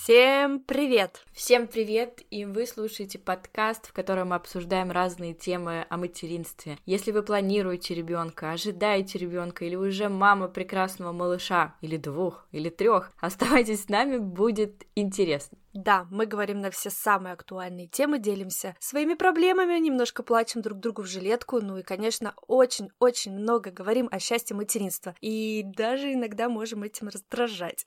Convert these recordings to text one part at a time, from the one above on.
Всем привет! Всем привет, и вы слушаете подкаст, в котором мы обсуждаем разные темы о материнстве. Если вы планируете ребенка, ожидаете ребенка, или уже мама прекрасного малыша, или 2, или 3, оставайтесь с нами, будет интересно. Да, мы говорим на все самые актуальные темы, делимся своими проблемами, немножко плачем друг другу в жилетку, ну и, конечно, очень-очень много говорим о счастье материнства. И даже иногда можем этим раздражать.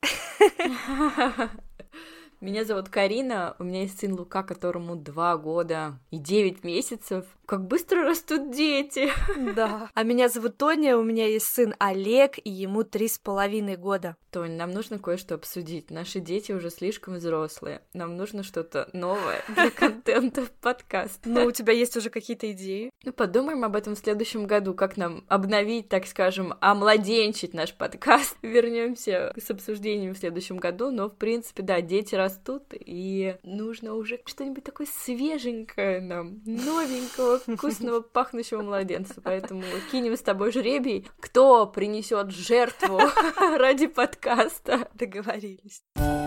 Меня зовут Карина, у меня есть сын Лука, которому 2 года и 9 месяцев. Как быстро растут дети! Да. А меня зовут Тоня, у меня есть сын Олег, и ему 3,5 года. Тонь, нам нужно кое-что обсудить. Наши дети уже слишком взрослые. Нам нужно что-то новое для контента в подкаст. Ну, у тебя есть уже какие-то идеи? Ну, подумаем об этом в следующем году, как нам обновить, так скажем, омладенчить наш подкаст. Вернемся с обсуждением в следующем году, но, в принципе, да, дети растут, и нужно уже что-нибудь такое свеженькое нам, новенького, вкусного, пахнущего младенца. Поэтому кинем с тобой жребий, кто принесет жертву ради подкаста. Договорились.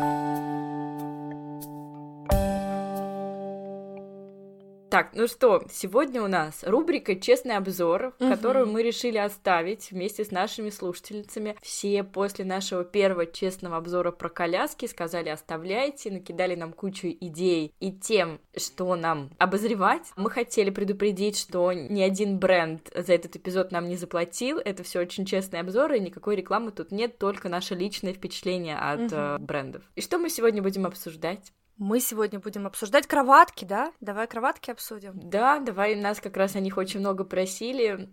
Так, ну что, сегодня у нас рубрика «Честный обзор», которую мы решили оставить вместе с нашими слушательницами. Все после нашего первого честного обзора про коляски сказали «оставляйте», накидали нам кучу идей и тем, что нам обозревать. Мы хотели предупредить, что ни один бренд за этот эпизод нам не заплатил. Это все очень честные обзоры, и никакой рекламы тут нет, только наше личное впечатление от брендов. И что мы сегодня будем обсуждать? Мы сегодня будем обсуждать кроватки, да? Давай кроватки обсудим. Да, давай, нас как раз о них очень много просили.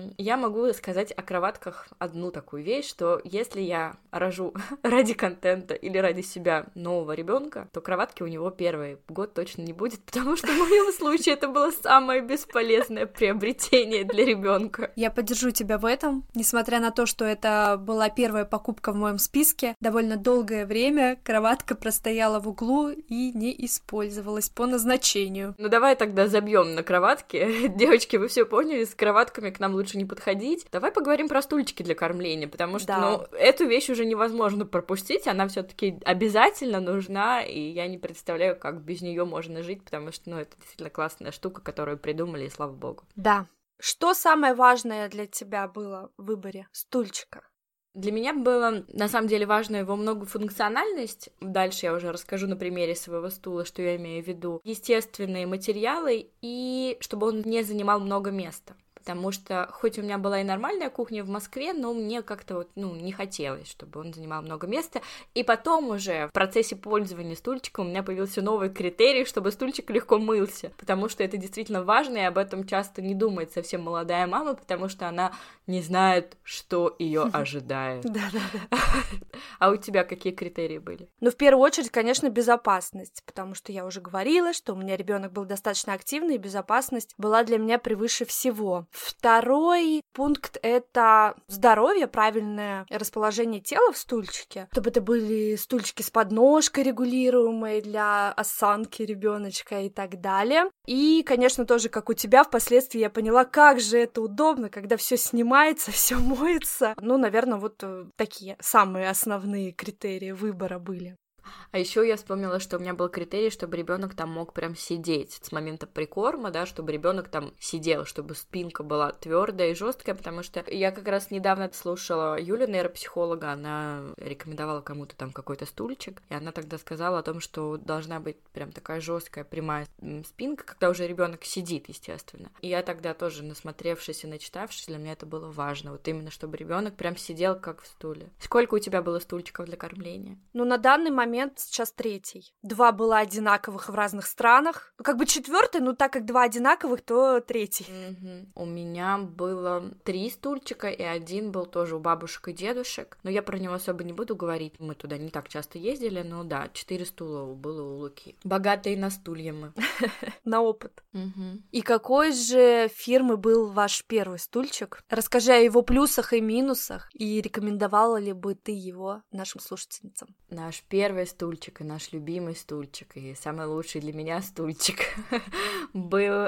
Я могу сказать о кроватках одну такую вещь, что если я рожу ради контента или ради себя нового ребенка, то кроватки у него первый год точно не будет, потому что в моем случае это было самое бесполезное приобретение для ребенка. Я поддержу тебя в этом, несмотря на то, что это была первая покупка в моем списке. Довольно долгое время кроватка простояла в углу и не использовалась по назначению. Ну давай тогда забьем на кроватки. Девочки, вы все поняли, с кроватками к нам лучше не подходить. Давай поговорим про стульчики для кормления, потому что, эту вещь уже невозможно пропустить, она все-таки обязательно нужна, и я не представляю, как без нее можно жить, потому что, это действительно классная штука, которую придумали, и слава богу. Да. Что самое важное для тебя было в выборе стульчика? Для меня было, на самом деле, важно его многофункциональность. Дальше я уже расскажу на примере своего стула, что я имею в виду. Естественные материалы и чтобы он не занимал много места. Потому что, хоть у меня была и нормальная кухня в Москве, но мне как-то не хотелось, чтобы он занимал много места. И потом уже в процессе пользования стульчиком у меня появился новый критерий, чтобы стульчик легко мылся. Потому что это действительно важно, и об этом часто не думает совсем молодая мама, потому что она не знает, что ее ожидает. Да-да-да. А у тебя какие критерии были? Ну, в первую очередь, конечно, безопасность, потому что я уже говорила, что у меня ребенок был достаточно активный, и безопасность была для меня превыше всего. Второй пункт — это здоровье, правильное расположение тела в стульчике, чтобы это были стульчики с подножкой регулируемые для осанки ребеночка и так далее. И, конечно, тоже, как у тебя, впоследствии я поняла, как же это удобно, когда все снимается, все моется. Ну, наверное, вот такие самые основные критерии выбора были. А еще я вспомнила, что у меня был критерий, чтобы ребенок там мог прям сидеть с момента прикорма, да, чтобы ребенок там сидел, чтобы спинка была твердая и жесткая, потому что я как раз недавно слушала Юлю, нейропсихолога, она рекомендовала кому-то там какой-то стульчик, и она тогда сказала о том, что должна быть прям такая жесткая прямая спинка, когда уже ребенок сидит, естественно. И я тогда тоже, насмотревшись и начитавшись, для меня это было важно, вот именно чтобы ребенок прям сидел как в стуле. Сколько у тебя было стульчиков для кормления? Ну, на данный момент сейчас 3. 2 было одинаковых в разных странах. Как бы 4, но так как 2 одинаковых, то 3. У меня было 3 стульчика, и 1 был тоже у бабушек и дедушек. Но я про него особо не буду говорить. Мы туда не так часто ездили, но да, 4 стула было у Луки. Богатые на стулья мы. На опыт. И какой же фирмы был ваш первый стульчик? Расскажи о его плюсах и минусах, и рекомендовала ли бы ты его нашим слушательницам? Наш первый стульчик и наш любимый стульчик, и самый лучший для меня стульчик был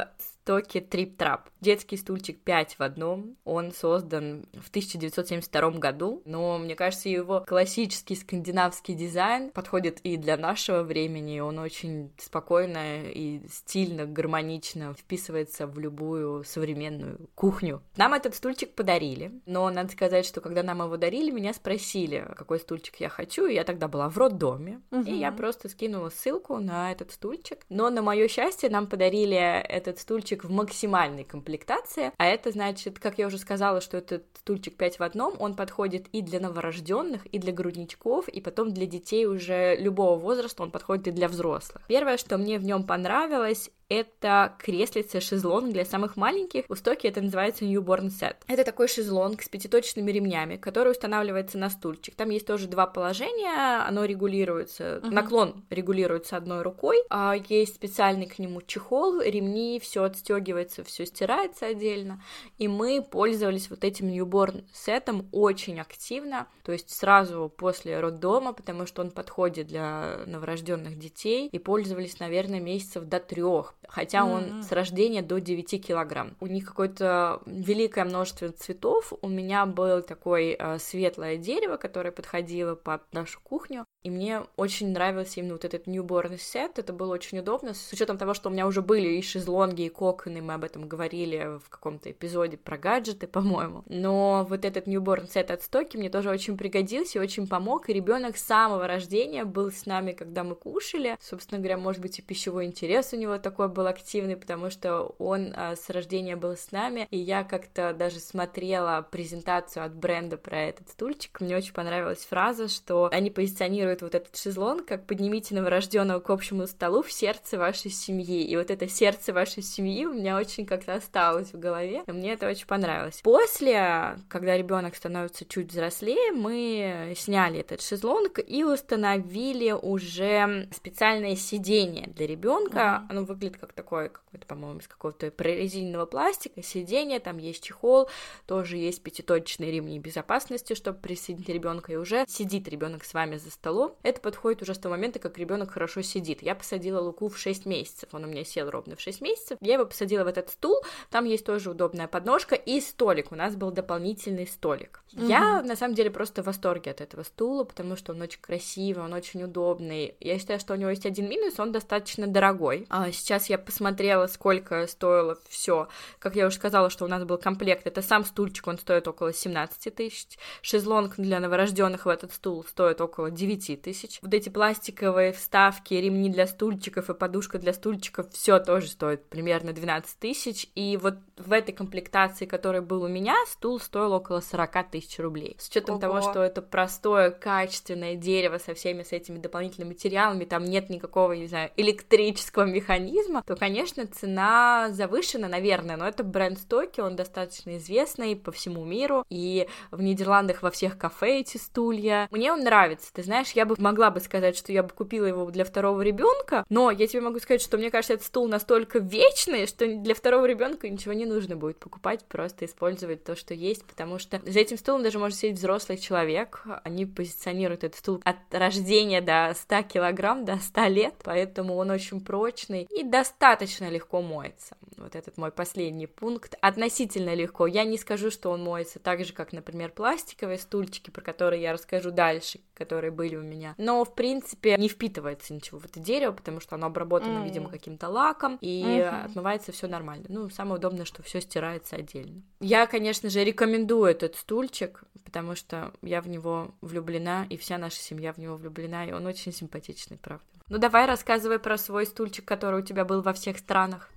Востоке Трип-Трап. Детский стульчик 5 в одном. Он создан в 1972 году, но мне кажется, его классический скандинавский дизайн подходит и для нашего времени. Он очень спокойно и стильно, гармонично вписывается в любую современную кухню. Нам этот стульчик подарили, но надо сказать, что когда нам его дарили, меня спросили, какой стульчик я хочу, и я тогда была в роддоме, и я просто скинула ссылку на этот стульчик. Но, на мое счастье, нам подарили этот стульчик в максимальной комплектации, а это значит, как я уже сказала, что этот стульчик 5 в одном, он подходит и для новорожденных, и для грудничков, и потом для детей уже любого возраста, он подходит и для взрослых. Первое, что мне в нем понравилось, это креслице-шезлонг для самых маленьких. В Востоке это называется newborn set. Это такой шезлонг с пятиточными ремнями, который устанавливается на стульчик. Там есть тоже два положения, оно регулируется, наклон регулируется одной рукой, а есть специальный к нему чехол, ремни, все отстегивается, все стирается отдельно, и мы пользовались вот этим newborn сетом очень активно, то есть сразу после роддома, потому что он подходит для новорожденных детей, и пользовались, наверное, месяцев до 3, хотя он с рождения до 9 килограмм. У них какое-то великое множество цветов. У меня был такой светлое дерево, которое подходило под нашу кухню, и мне очень нравился именно вот этот newborn set. Это было очень удобно, с учетом того, что у меня уже были и шезлонги, и коконы, мы об этом говорили в каком-то эпизоде про гаджеты, по-моему. Но вот этот newborn set от Стоки мне тоже очень пригодился и очень помог, и ребенок с самого рождения был с нами, когда мы кушали. Собственно говоря, может быть, и пищевой интерес у него такой был активный, потому что он с рождения был с нами, и я как-то даже смотрела презентацию от бренда про этот стульчик. Мне очень понравилась фраза, что они позиционируют вот этот шезлонг как «поднимите новорожденного к общему столу в сердце вашей семьи». И вот это сердце вашей семьи у меня очень как-то осталось в голове, и мне это очень понравилось. После, когда ребенок становится чуть взрослее, мы сняли этот шезлонг и установили уже специальное сиденье для ребенка. Оно выглядит как такое, какое-то, по-моему, из какого-то прорезиненного пластика, сиденье, там есть чехол, тоже есть пятиточные ремни безопасности, чтобы присоединить ребенка, и уже сидит ребенок с вами за столом. Это подходит уже с того момента, как ребенок хорошо сидит. Я посадила Луку в 6 месяцев, он у меня сел ровно в 6 месяцев, я его посадила в этот стул, там есть тоже удобная подножка и столик, у нас был дополнительный столик. Я, на самом деле, просто в восторге от этого стула, потому что он очень красивый, он очень удобный. Я считаю, что у него есть один минус, он достаточно дорогой. Сейчас я посмотрела, сколько стоило все. Как я уже сказала, что у нас был комплект, это сам стульчик, он стоит около 17 тысяч, шезлонг для новорожденных в этот стул стоит около 9 тысяч. Вот эти пластиковые вставки, ремни для стульчиков и подушка для стульчиков, все тоже стоит примерно 12 тысяч, и вот в этой комплектации, которая был у меня, стул стоил около 40 тысяч рублей. С учетом того, что это простое, качественное дерево со всеми с этими дополнительными материалами, там нет никакого, не знаю, электрического механизма, то, конечно, цена завышена, наверное, но это бренд Стоки, он достаточно известный по всему миру, и в Нидерландах во всех кафе эти стулья. Мне он нравится, ты знаешь, я бы могла бы сказать, что я бы купила его для второго ребенка, но я тебе могу сказать, что мне кажется, этот стул настолько вечный, что для второго ребенка ничего не нужно будет покупать, просто использовать то, что есть, потому что за этим стулом даже может сидеть взрослый человек, они позиционируют этот стул от рождения до 100 килограмм, до 100 лет, поэтому он очень прочный и достаточно легко моется. Вот этот мой последний пункт. Относительно легко. Я не скажу, что он моется так же, как, например, пластиковые стульчики, про которые я расскажу дальше, которые были у меня. Но, в принципе, не впитывается ничего в это дерево, потому что оно обработано, видимо, каким-то лаком, и отмывается все нормально. Ну, самое удобное, что все стирается отдельно. Я, конечно же, рекомендую этот стульчик, потому что я в него влюблена, и вся наша семья в него влюблена, и он очень симпатичный, правда. Ну, давай рассказывай про свой стульчик, который у тебя был во всех странах.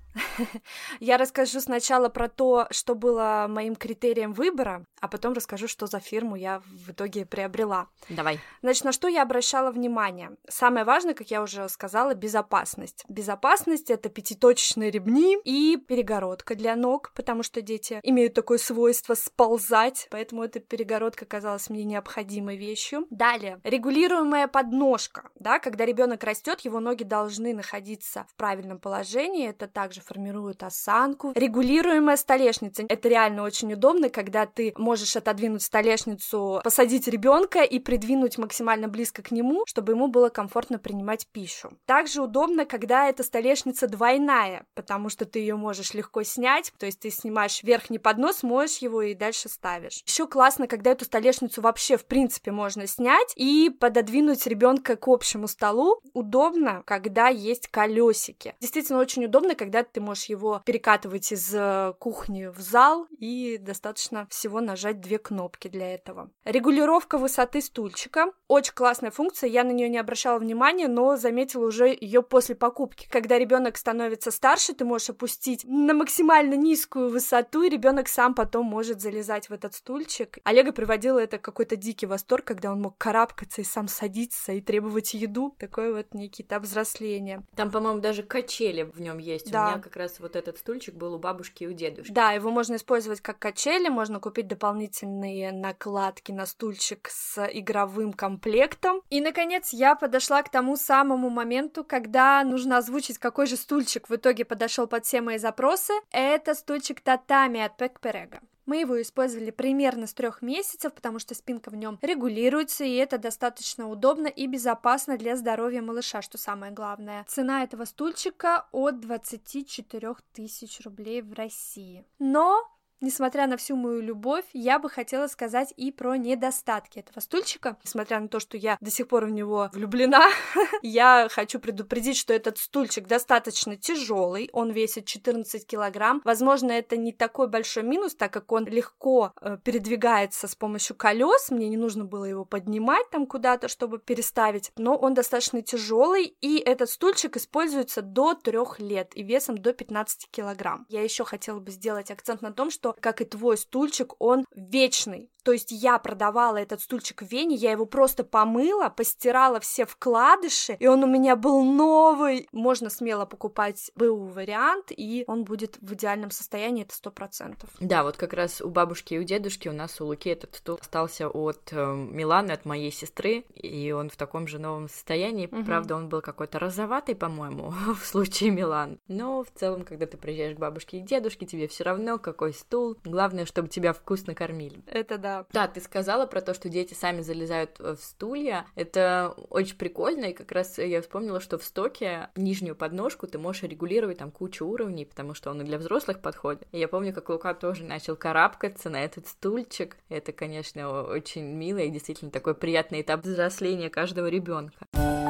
Я расскажу сначала про то, что было моим критерием выбора, а потом расскажу, что за фирму я в итоге приобрела. Давай. Значит, на что я обращала внимание? Самое важное, как я уже сказала, безопасность. Безопасность — это пятиточечные ремни и перегородка для ног, потому что дети имеют такое свойство сползать, поэтому эта перегородка казалась мне необходимой вещью. Далее, регулируемая подножка, да, когда ребенок растет, его ноги должны находиться в правильном положении, это также формируют осанку. Регулируемая столешница. Это реально очень удобно, когда ты можешь отодвинуть столешницу, посадить ребенка и придвинуть максимально близко к нему, чтобы ему было комфортно принимать пищу. Также удобно, когда эта столешница двойная, потому что ты ее можешь легко снять, то есть ты снимаешь верхний поднос, моешь его и дальше ставишь. Еще классно, когда эту столешницу вообще в принципе можно снять и пододвинуть ребенка к общему столу. Удобно, когда есть колесики. Действительно очень удобно, когда ты можешь его перекатывать из кухни в зал, и достаточно всего нажать 2 кнопки для этого. Регулировка высоты стульчика. Очень классная функция, я на нее не обращала внимания, но заметила уже ее после покупки. Когда ребенок становится старше, ты можешь опустить на максимально низкую высоту, и ребенок сам потом может залезать в этот стульчик. Олега приводило это какой-то дикий восторг, когда он мог карабкаться и сам садиться и требовать еду. Такой вот некий этап взросления. Там, по-моему, даже качели в нем есть. Да. У меня как раз вот этот стульчик был у бабушки и у дедушки. Да, его можно использовать как качели, можно купить дополнительные накладки на стульчик с игровым комплектом. И, наконец, я подошла к тому самому моменту, когда нужно озвучить, какой же стульчик в итоге подошел под все мои запросы. Это стульчик татами от Пек-Перега. Мы его использовали примерно с 3 месяцев, потому что спинка в нем регулируется, и это достаточно удобно и безопасно для здоровья малыша, что самое главное. Цена этого стульчика от 24 тысяч рублей в России. Но несмотря на всю мою любовь, я бы хотела сказать и про недостатки этого стульчика. Несмотря на то, что я до сих пор в него влюблена, я хочу предупредить, что этот стульчик достаточно тяжелый, он весит 14 килограмм. Возможно, это не такой большой минус, так как он легко передвигается с помощью колес, мне не нужно было его поднимать там куда-то, чтобы переставить, но он достаточно тяжелый, и этот стульчик используется до 3 лет и весом до 15 килограмм. Я еще хотела бы сделать акцент на том, что, как и твой стульчик, он вечный. То есть я продавала этот стульчик в Вене, я его просто помыла, постирала все вкладыши, и он у меня был новый. Можно смело покупать БУ вариант, и он будет в идеальном состоянии, это 100%. Да, вот как раз у бабушки и у дедушки, у нас у Луки этот стул остался от Миланы, от моей сестры, и он в таком же новом состоянии. Правда, он был какой-то розоватый, по-моему, в случае Миланы. Но в целом, когда ты приезжаешь к бабушке и дедушке, тебе все равно, какой стул. Главное, чтобы тебя вкусно кормили. Это да. Да, ты сказала про то, что дети сами залезают в стулья. Это очень прикольно, и как раз я вспомнила, что в стоке нижнюю подножку ты можешь регулировать там кучу уровней, потому что он и для взрослых подходит. И я помню, как Лука тоже начал карабкаться на этот стульчик. Это, конечно, очень мило и действительно такой приятный этап взросления каждого ребенка.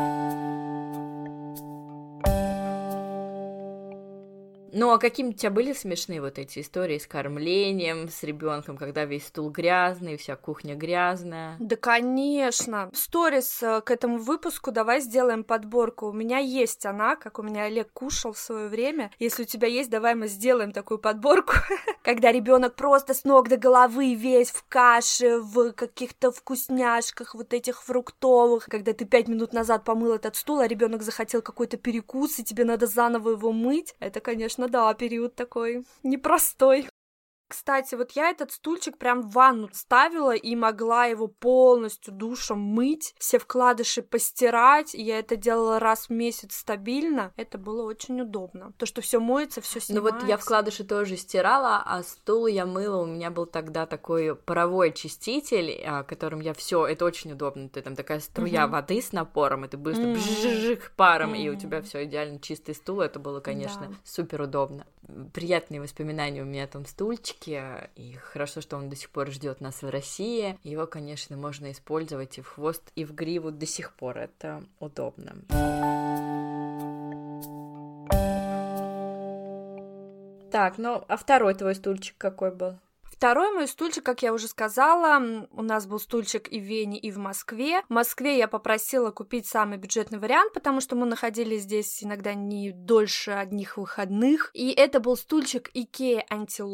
Ну, а какими у тебя были смешные вот эти истории с кормлением, с ребенком, когда весь стул грязный, вся кухня грязная? Да, конечно. Сторис к этому выпуску давай сделаем подборку. У меня есть она, как у меня Олег кушал в свое время. Если у тебя есть, давай мы сделаем такую подборку, когда ребенок просто с ног до головы весь в каше, в каких-то вкусняшках, вот этих фруктовых. Когда ты 5 минут назад помыл этот стул, а ребенок захотел какой-то перекус, и тебе надо заново его мыть. Это, конечно, да, период такой непростой. Кстати, вот я этот стульчик прям в ванну ставила и могла его полностью душем мыть, все вкладыши постирать, и я это делала раз в месяц стабильно. Это было очень удобно. То, что все моется, все снимается. Ну вот я вкладыши тоже стирала, а стул я мыла, у меня был тогда такой паровой очиститель, которым я все, это очень удобно, ты там такая струя воды с напором, и ты быстро бжжжик паром, и у тебя все идеально чистый стул, это было, конечно, супер удобно. Приятные воспоминания у меня о том стульчике, и хорошо, что он до сих пор ждет нас в России. Его, конечно, можно использовать и в хвост, и в гриву до сих пор, это удобно. Так, ну, а второй твой стульчик какой был? Второй мой стульчик, как я уже сказала, у нас был стульчик и в Вене, и в Москве. В Москве я попросила купить самый бюджетный вариант, потому что мы находились здесь иногда не дольше одних выходных. И это был стульчик IKEA Antelope.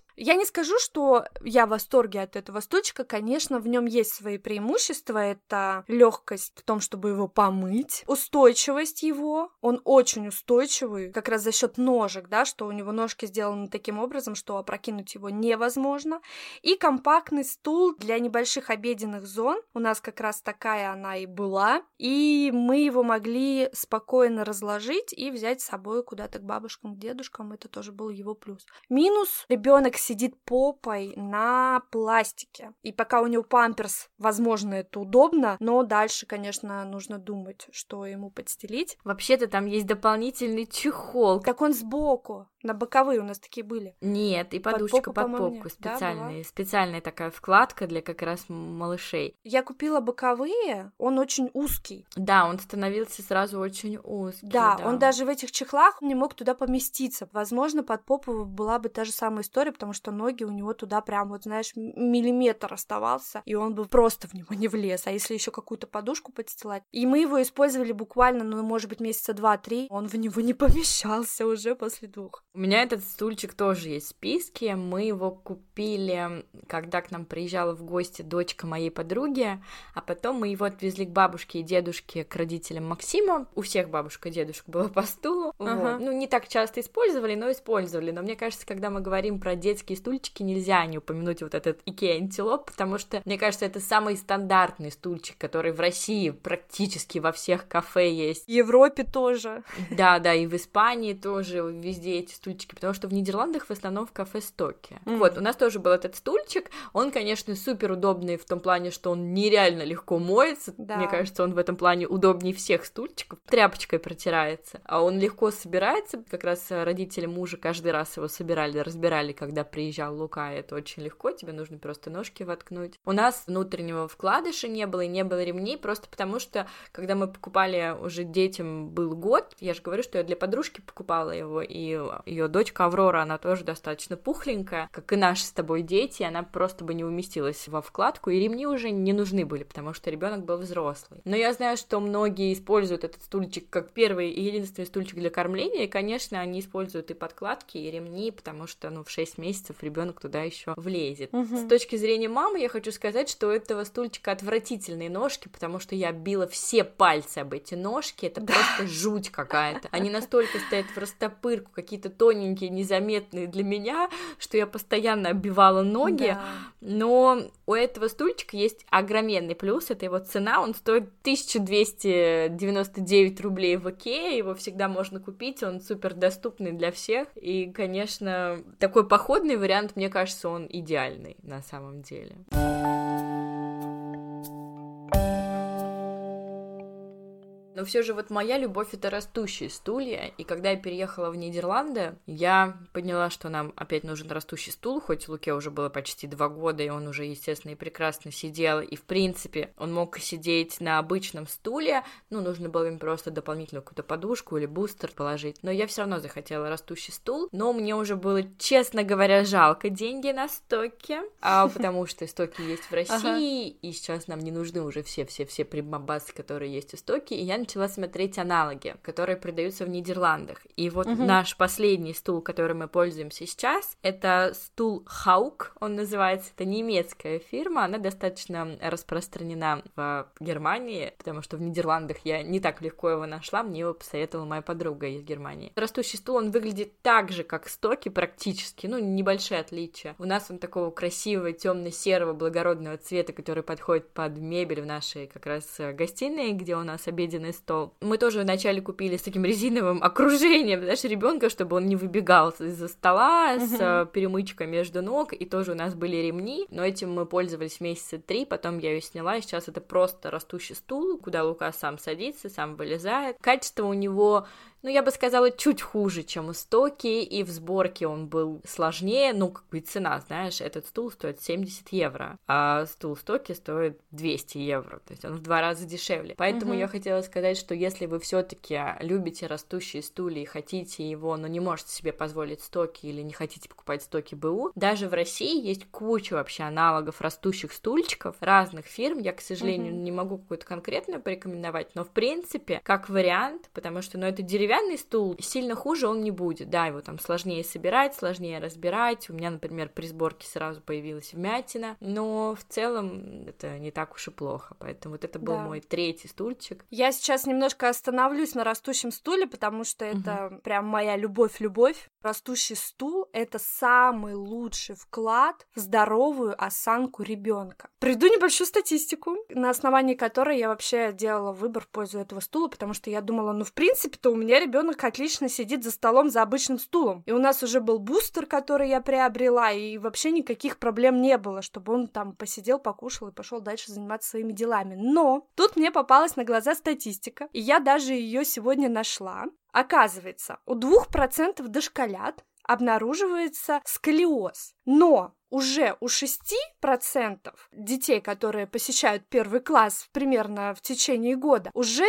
Я не скажу, что я в восторге от этого стульчика. Конечно, в нем есть свои преимущества. Это легкость в том, чтобы его помыть, устойчивость его. Он очень устойчивый, как раз за счет ножек, да, что у него ножки сделаны таким образом, что опрокинуть его невозможно. И компактный стул для небольших обеденных зон. У нас как раз такая она и была. И мы его могли спокойно разложить и взять с собой куда-то к бабушкам, к дедушкам. Это тоже был его плюс. Минус: ребенок сидит попой на пластике. И пока у него памперс, возможно, это удобно, но дальше, конечно, нужно думать, что ему подстелить. Вообще-то там есть дополнительный чехол. Так он сбоку. На боковые у нас такие были. Нет, и подушечка под попку нет. специальная. Да, специальная такая вкладка для как раз малышей. Я купила боковые, он очень узкий. Да, он становился сразу очень узкий. Да, он даже в этих чехлах не мог туда поместиться. Возможно, под попу была бы та же самая история, потому что ноги у него туда прям, вот знаешь, миллиметр оставался, и он бы просто в него не влез. А если еще какую-то подушку подстилать? И мы его использовали буквально, ну, может быть, месяца 2-3, он в него не помещался уже после 2. У меня этот стульчик тоже есть в списке. Мы его купили, когда к нам приезжала в гости дочка моей подруги, а потом мы его отвезли к бабушке и дедушке, к родителям Максима. У всех бабушка и дедушка было по стулу. Ага. Вот. Ну, не так часто использовали, но использовали. Но мне кажется, когда мы говорим про детские стульчики, нельзя не упомянуть вот этот IKEA Антилоп, потому что, мне кажется, это самый стандартный стульчик, который в России практически во всех кафе есть. В Европе тоже. Да, и в Испании тоже везде эти стульчики, потому что в Нидерландах в основном в кафе стоки. Вот, у нас тоже был этот стульчик, он, конечно, супер удобный в том плане, что он нереально легко моется, да. Мне кажется, он в этом плане удобнее всех стульчиков, тряпочкой протирается, а он легко собирается, как раз родители мужа каждый раз его собирали, разбирали, когда приезжал Лука, и это очень легко, тебе нужно просто ножки воткнуть. У нас внутреннего вкладыша не было, и не было ремней, просто потому что, когда мы покупали, уже детям был год, я же говорю, что я для подружки покупала его, и ее дочка Аврора, она тоже достаточно пухленькая, как и наши с тобой дети, она просто бы не уместилась во вкладку, и ремни уже не нужны были, потому что ребенок был взрослый. Но я знаю, что многие используют этот стульчик как первый и единственный стульчик для кормления, и, конечно, они используют и подкладки, и ремни, потому что, в 6 месяцев ребенок туда еще влезет. С точки зрения мамы я хочу сказать, что у этого стульчика отвратительные ножки, потому что я била все пальцы об эти ножки, это просто жуть какая-то. Они настолько стоят в растопырку, какие-то тоненькие, незаметные для меня, что я постоянно оббивала ноги, но у этого стульчика есть огроменный плюс, это его цена, он стоит 1299 рублей в Икее, его всегда можно купить, он супер доступный для всех, и, конечно, такой походный вариант, мне кажется, он идеальный на самом деле. Но все же вот моя любовь — это растущие стулья, и когда я переехала в Нидерланды, я поняла, что нам опять нужен растущий стул, хоть Луке уже было почти 2 года, и он уже, естественно, и прекрасно сидел, и, в принципе, он мог сидеть на обычном стуле, нужно было им просто дополнительную какую-то подушку или бустер положить, но я все равно захотела растущий стул, но мне уже было, честно говоря, жалко деньги на стоки, потому что стоки есть в России, и сейчас нам не нужны уже все прибамбасы, которые есть у стоки, и я начала смотреть аналоги, которые продаются в Нидерландах. И вот наш последний стул, которым мы пользуемся сейчас, это стул Хаук, он называется, это немецкая фирма, она достаточно распространена в Германии, потому что в Нидерландах я не так легко его нашла, мне его посоветовала моя подруга из Германии. Растущий стул, он выглядит так же, как стоки практически, небольшие отличия. У нас он такого красивого, темно-серого, благородного цвета, который подходит под мебель в нашей как раз гостиной, где у нас обеденный стол. Мы тоже вначале купили с таким резиновым окружением, знаешь, ребенка, чтобы он не выбегал из-за стола с перемычкой между ног, и тоже у нас были ремни, но этим мы пользовались месяца 3, потом я ее сняла, и сейчас это просто растущий стул, куда Лука сам садится, сам вылезает. Качество у него, я бы сказала, чуть хуже, чем у стоки, и в сборке он был сложнее, и цена, знаешь, этот стул стоит 70 евро, а стул стоки стоит 200 евро, то есть он в 2 раза дешевле. Поэтому я хотела сказать, что если вы все-таки любите растущие стулья и хотите его, но не можете себе позволить стоки или не хотите покупать стоки БУ, даже в России есть куча вообще аналогов растущих стульчиков разных фирм, я, к сожалению, не могу какую-то конкретную порекомендовать, но в принципе, как вариант, потому что, это деревянный деревянный стул, сильно хуже он не будет, да, его там сложнее собирать, сложнее разбирать, у меня, например, при сборке сразу появилась вмятина, но в целом это не так уж и плохо, поэтому вот это был мой третий стульчик. Я сейчас немножко остановлюсь на растущем стуле, потому что это прям моя любовь-любовь. Растущий стул — это самый лучший вклад в здоровую осанку ребенка. Приведу небольшую статистику, на основании которой я вообще делала выбор в пользу этого стула, потому что я думала, ну, в принципе-то у меня ребенок отлично сидит за столом за обычным стулом. И у нас уже был бустер, который я приобрела, и вообще никаких проблем не было, чтобы он там посидел, покушал и пошел дальше заниматься своими делами. Но тут мне попалась на глаза статистика, и я даже ее сегодня нашла. Оказывается, у 2% дошколят обнаруживается сколиоз, но уже у 6% детей, которые посещают первый класс примерно в течение года, уже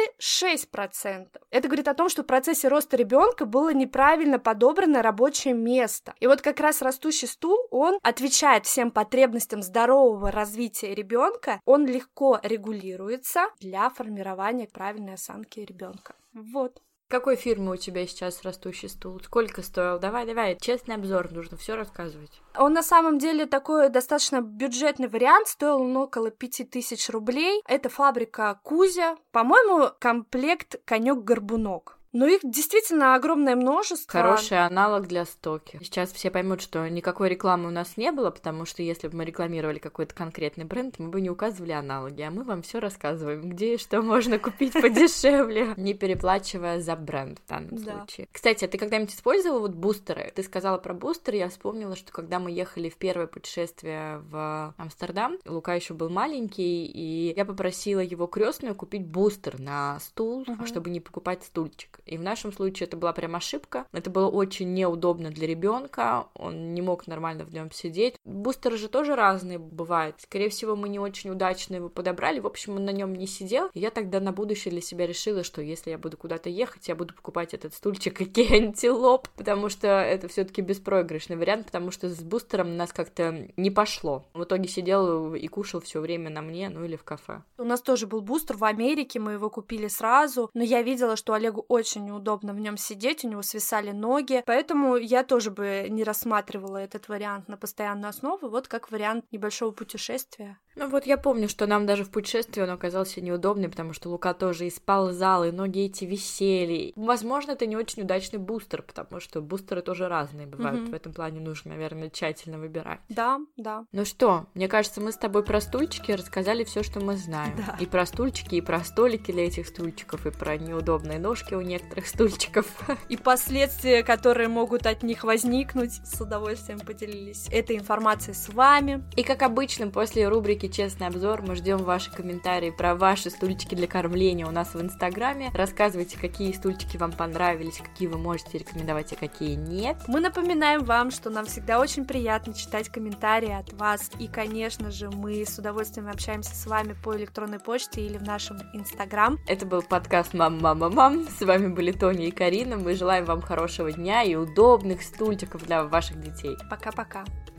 6%. Это говорит о том, что в процессе роста ребенка было неправильно подобрано рабочее место. И вот как раз растущий стул, он отвечает всем потребностям здорового развития ребенка, он легко регулируется для формирования правильной осанки ребенка. Вот. Какой фирмы у тебя сейчас растущий стул? Сколько стоил? Давай, честный обзор, нужно все рассказывать. Он на самом деле такой достаточно бюджетный вариант, стоил он около 5000 рублей. Это фабрика Кузя. По-моему, комплект конек-горбунок. Но их действительно огромное множество. Хороший аналог для стоки. Сейчас все поймут, что никакой рекламы у нас не было, потому что если бы мы рекламировали какой-то конкретный бренд, мы бы не указывали аналоги, а мы вам все рассказываем, где и что можно купить подешевле, не переплачивая за бренд в данном случае. Кстати, а ты когда-нибудь использовала вот бустеры? Ты сказала про бустеры, я вспомнила, что когда мы ехали в первое путешествие в Амстердам, Лука еще был маленький, и я попросила его крестную купить бустер на стул, чтобы не покупать стульчик. И в нашем случае это была прям ошибка. Это было очень неудобно для ребенка, он не мог нормально в нем сидеть. Бустеры же тоже разные бывают. Скорее всего, мы не очень удачно его подобрали. В общем, он на нем не сидел. И я тогда на будущее для себя решила, что если я буду куда-то ехать, я буду покупать этот стульчик Ikea Антилоп, потому что это все-таки беспроигрышный вариант, потому что с бустером у нас как-то не пошло. В итоге сидел и кушал все время на мне, ну или в кафе. У нас тоже был бустер в Америке, мы его купили сразу, но я видела, что Олегу очень неудобно в нем сидеть, у него свисали ноги, поэтому я тоже бы не рассматривала этот вариант на постоянную основу, вот как вариант небольшого путешествия. Ну вот я помню, что нам даже в путешествии он оказался неудобный, потому что Лука тоже и сползал, и ноги эти висели. Возможно, это не очень удачный бустер, потому что бустеры тоже разные бывают, в этом плане нужно, наверное, тщательно выбирать. Да. Ну что, мне кажется, мы с тобой про стульчики рассказали все, что мы знаем. Да. И про стульчики, и про столики для этих стульчиков, и про неудобные ножки у некоторых стульчиков. И последствия, которые могут от них возникнуть, с удовольствием поделились этой информацией с вами. И как обычно, после рубрики «Честный обзор» мы ждем ваши комментарии про ваши стульчики для кормления у нас в Инстаграме. Рассказывайте, какие стульчики вам понравились, какие вы можете рекомендовать, а какие нет. Мы напоминаем вам, что нам всегда очень приятно читать комментарии от вас. И, конечно же, мы с удовольствием общаемся с вами по электронной почте или в нашем Инстаграм. Это был подкаст «Мам». С вами были Тоня и Карина. Мы желаем вам хорошего дня и удобных стульчиков для ваших детей. Пока-пока.